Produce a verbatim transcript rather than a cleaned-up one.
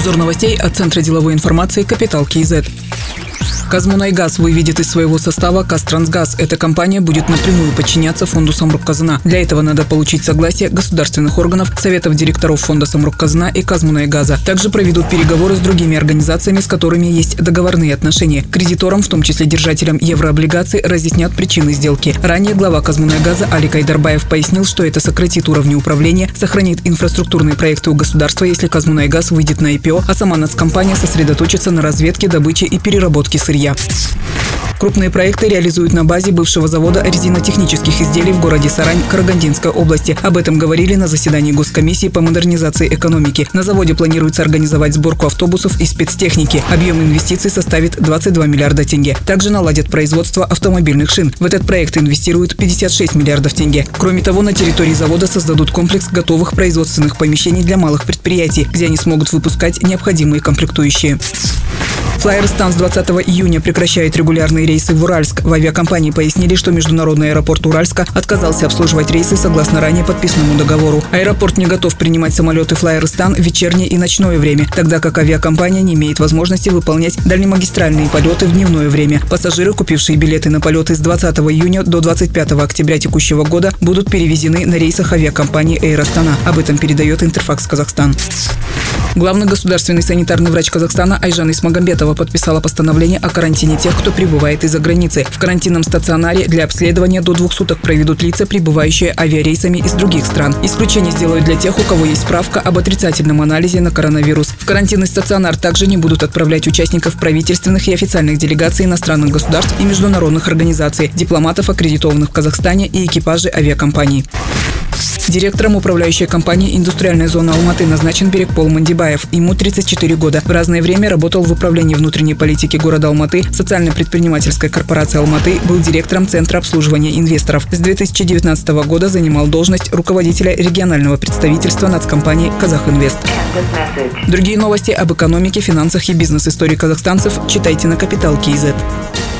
Обзор новостей от Центра деловой информации «Капитал КИЗ». «Казмунайгаз» выведет из своего состава «Казтрансгаз». Эта компания будет напрямую подчиняться фонду «Самрукказына». Для этого надо получить согласие государственных органов, советов директоров фонда «Самрукказына» и «Казмунайгаза». Также проведут переговоры с другими организациями, с которыми есть договорные отношения. Кредиторам, в том числе держателям еврооблигаций, разъяснят причины сделки. Ранее глава «Казмунайгаза» Алик Айдарбаев пояснил, что это сократит уровни управления, сохранит инфраструктурные проекты у государства, если «Казмунайгаз» выйдет на ай пи о, а сама нацкомпания сосредоточится на разведке, добыче и переработке сырья. Крупные проекты реализуют на базе бывшего завода резинотехнических изделий в городе Сарань Карагандинской области. Об этом говорили на заседании Госкомиссии по модернизации экономики. На заводе планируется организовать сборку автобусов и спецтехники. Объем инвестиций составит двадцать два миллиарда тенге. Также наладят производство автомобильных шин. В этот проект инвестируют пятьдесят шесть миллиардов тенге. Кроме того, на территории завода создадут комплекс готовых производственных помещений для малых предприятий, где они смогут выпускать необходимые комплектующие. Флайерстан с двадцатого июня прекращает регулярные рейсы в Уральск. В авиакомпании пояснили, что международный аэропорт Уральска отказался обслуживать рейсы согласно ранее подписанному договору. Аэропорт не готов принимать самолеты Флайерстан в вечернее и ночное время, тогда как авиакомпания не имеет возможности выполнять дальнемагистральные полеты в дневное время. Пассажиры, купившие билеты на полеты с двадцатого июня до двадцать пятого октября текущего года, будут перевезены на рейсах авиакомпании Эйр Астана. Об этом передает Интерфакс Казахстан. Главный государственный санитарный врач Казахстана Айжан Исмагамбетова подписала постановление о карантине тех, кто прибывает из-за границы. В карантинном стационаре для обследования до двух суток проведут лица, прибывающие авиарейсами из других стран. Исключение сделают для тех, у кого есть справка об отрицательном анализе на коронавирус. В карантинный стационар также не будут отправлять участников правительственных и официальных делегаций иностранных государств и международных организаций, дипломатов, аккредитованных в Казахстане, и экипажи авиакомпаний. Директором управляющей компании «Индустриальная зона Алматы» назначен Берекпол Мандибаев. Ему тридцать четыре года. В разное время работал в управлении внутренней политики города Алматы, социально-предпринимательской корпорации Алматы, был директором Центра обслуживания инвесторов. С две тысячи девятнадцатого года занимал должность руководителя регионального представительства нацкомпании «Казахинвест». Другие новости об экономике, финансах и бизнес-истории казахстанцев читайте на Капитал КИЗ.